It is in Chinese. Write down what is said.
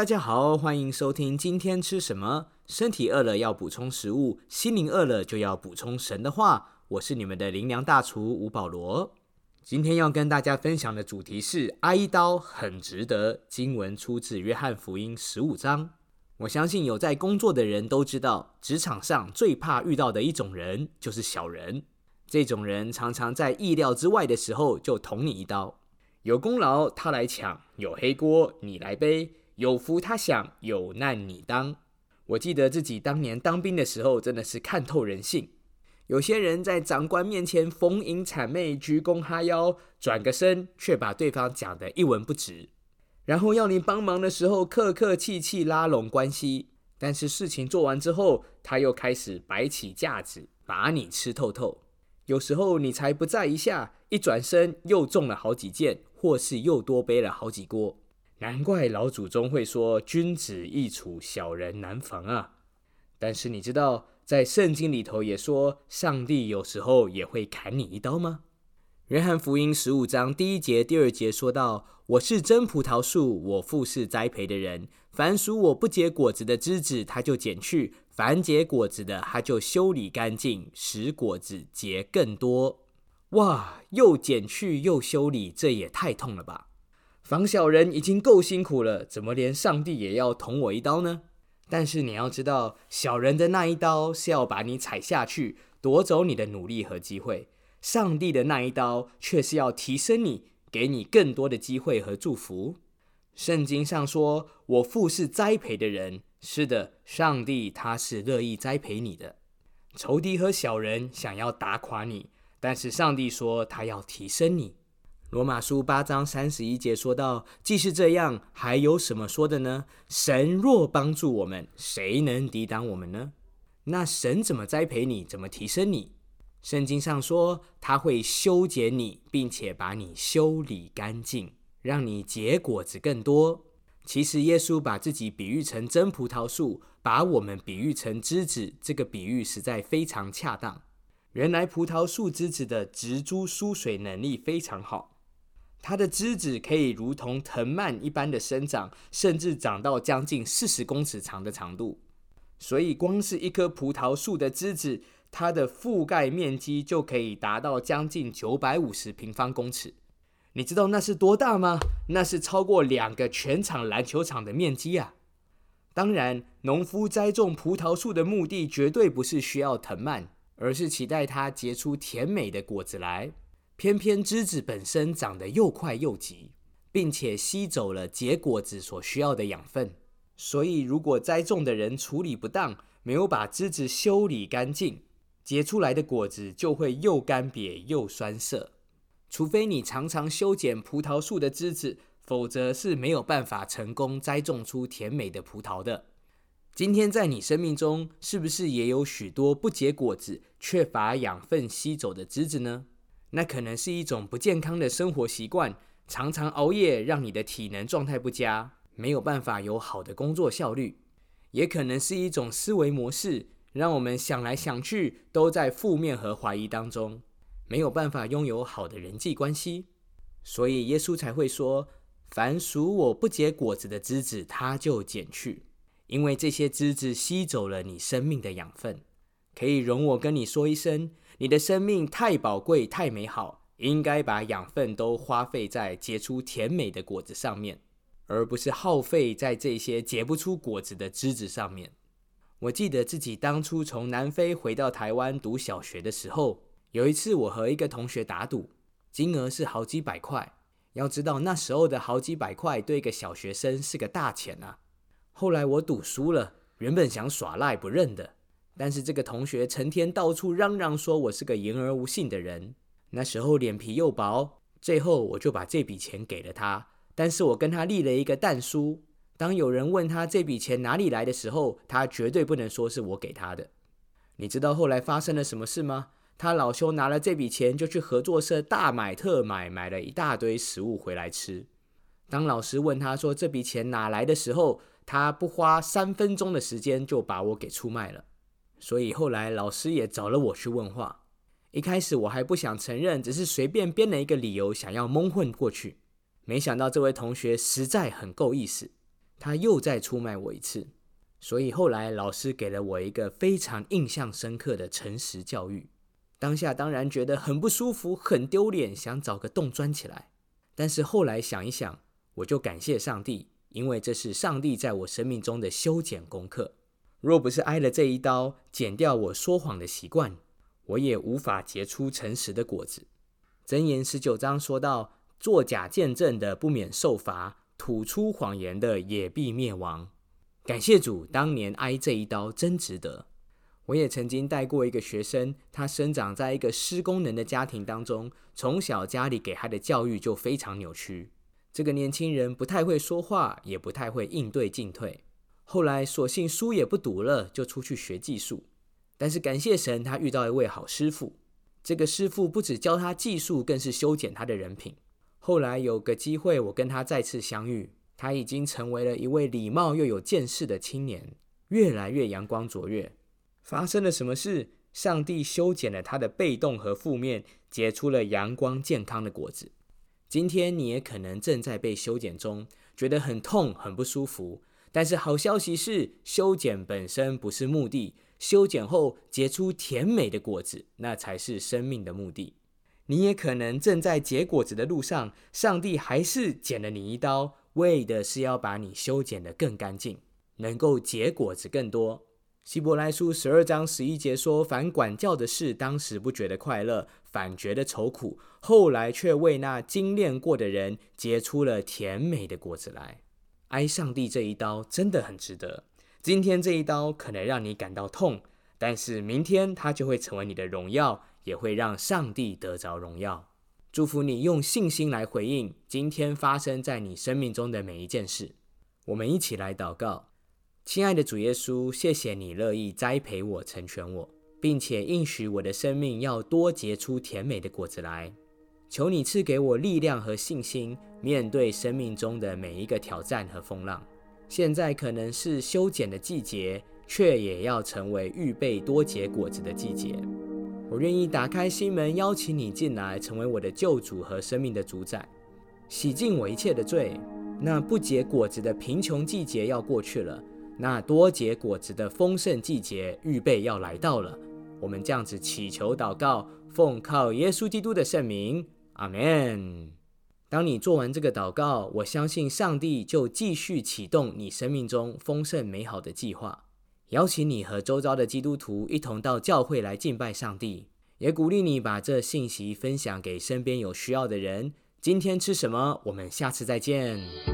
大家好，欢迎收听今天吃什么。身体饿了要补充食物，心灵饿了就要补充神的话。我是你们的灵粮大厨吴保罗。今天要跟大家分享的主题是挨刀很值得。经文出自约翰福音15章。我相信有在工作的人都知道，职场上最怕遇到的一种人就是小人。这种人常常在意料之外的时候就捅你一刀。有功劳他来抢，有黑锅你来背，有福他享，有难你当。我记得自己当年当兵的时候，真的是看透人性。有些人在长官面前逢迎谄媚，鞠躬哈腰，转个身却把对方讲得一文不值，然后要你帮忙的时候客客气气拉拢关系，但是事情做完之后，他又开始摆起架子，把你吃透透。有时候你才不在一下，一转身又中了好几件，或是又多背了好几锅。难怪老祖宗会说君子易处，小人难防啊。但是你知道在圣经里头也说，上帝有时候也会砍你一刀吗？约翰福音15章第1节第2节说到，我是真葡萄树，我父是栽培的人，凡属我不结果子的枝子他就剪去，凡结果子的他就修理干净，使果子结更多。哇，又剪去又修理，这也太痛了吧。防小人已经够辛苦了，怎么连上帝也要捅我一刀呢？但是你要知道，小人的那一刀是要把你踩下去，夺走你的努力和机会。上帝的那一刀却是要提升你，给你更多的机会和祝福。圣经上说，我父是栽培的人。是的，上帝他是乐意栽培你的。仇敌和小人想要打垮你，但是上帝说他要提升你。罗马书8章31节说到，既是这样，还有什么说的呢？神若帮助我们，谁能抵挡我们呢？那神怎么栽培你，怎么提升你？圣经上说，他会修剪你，并且把你修理干净，让你结果子更多。其实耶稣把自己比喻成真葡萄树，把我们比喻成枝子，这个比喻实在非常恰当。原来葡萄树枝子的植株疏水能力非常好，它的枝子可以如同藤蔓一般的生长，甚至长到将近40公尺长的长度。所以光是一棵葡萄树的枝子，它的覆盖面积就可以达到将近950平方公尺。你知道那是多大吗？那是超过2个全场篮球场的面积啊！当然，农夫栽种葡萄树的目的绝对不是需要藤蔓，而是期待它结出甜美的果子来。偏偏枝子本身长得又快又急，并且吸走了结果子所需要的养分。所以如果栽种的人处理不当，没有把枝子修理干净，结出来的果子就会又干瘪又酸涩。除非你常常修剪葡萄树的枝子，否则是没有办法成功栽种出甜美的葡萄的。今天在你生命中，是不是也有许多不结果子、缺乏养分吸走的枝子呢？那可能是一种不健康的生活习惯，常常熬夜让你的体能状态不佳，没有办法有好的工作效率。也可能是一种思维模式，让我们想来想去都在负面和怀疑当中，没有办法拥有好的人际关系。所以耶稣才会说，凡属我不结果子的枝子他就剪去，因为这些枝子吸走了你生命的养分。可以容我跟你说一声，你的生命太宝贵太美好，应该把养分都花费在结出甜美的果子上面，而不是耗费在这些结不出果子的枝子上面。我记得自己当初从南非回到台湾读小学的时候，有一次我和一个同学打赌，金额是好几百块。要知道那时候的好几百块对一个小学生是个大钱啊。后来我赌输了，原本想耍赖不认的，但是这个同学成天到处嚷嚷说我是个言而无信的人。那时候脸皮又薄，最后我就把这笔钱给了他，但是我跟他立了一个但书，当有人问他这笔钱哪里来的时候，他绝对不能说是我给他的。你知道后来发生了什么事吗？他老兄拿了这笔钱就去合作社大买特买，买了一大堆食物回来吃。当老师问他说这笔钱哪来的时候，他不花3分钟的时间就把我给出卖了。所以后来老师也找了我去问话。一开始我还不想承认，只是随便编了一个理由想要蒙混过去。没想到这位同学实在很够意思， 他又再出卖我一次。所以后来老师给了我一个非常印象深刻的诚实教育。当下当然觉得很不舒服，很丢脸，想找个洞钻起来。但是后来想一想，我就感谢上帝，因为这是上帝在我生命中的修剪功课。若不是挨了这一刀，剪掉我说谎的习惯，我也无法结出诚实的果子。箴言19章说到，作假见证的不免受罚，吐出谎言的也必灭亡。感谢主，当年挨这一刀真值得。我也曾经带过一个学生，他生长在一个失功能的家庭当中，从小家里给他的教育就非常扭曲。这个年轻人不太会说话，也不太会应对进退。后来索性书也不读了，就出去学技术。但是感谢神，他遇到一位好师傅。这个师傅不只教他技术，更是修剪他的人品。后来有个机会，我跟他再次相遇，他已经成为了一位礼貌又有见识的青年，越来越阳光卓越。发生了什么事？上帝修剪了他的被动和负面，结出了阳光健康的果子。今天你也可能正在被修剪中，觉得很痛很不舒服，但是好消息是，修剪本身不是目的，修剪后结出甜美的果子，那才是生命的目的。你也可能正在结果子的路上，上帝还是剪了你一刀，为的是要把你修剪得更干净，能够结果子更多。希伯来书12章11节说，凡管教的事，当时不觉得快乐，反觉得愁苦，后来却为那精炼过的人结出了甜美的果子来。挨上帝这一刀真的很值得。今天这一刀可能让你感到痛，但是明天它就会成为你的荣耀，也会让上帝得着荣耀。祝福你用信心来回应今天发生在你生命中的每一件事。我们一起来祷告。亲爱的主耶稣，谢谢你乐意栽培我、成全我，并且应许我的生命要多结出甜美的果子来。求你赐给我力量和信心，面对生命中的每一个挑战和风浪。现在可能是修剪的季节，却也要成为预备多结果子的季节。我愿意打开心门，邀请你进来，成为我的救主和生命的主宰，洗净我一切的罪。那不结果子的贫穷季节要过去了，那多结果子的丰盛季节预备要来到了。我们这样子祈求祷告，奉靠耶稣基督的圣名，阿们。当你做完这个祷告，我相信上帝就继续启动你生命中丰盛美好的计划，邀请你和周遭的基督徒一同到教会来敬拜上帝，也鼓励你把这信息分享给身边有需要的人。今天吃什么？我们下次再见。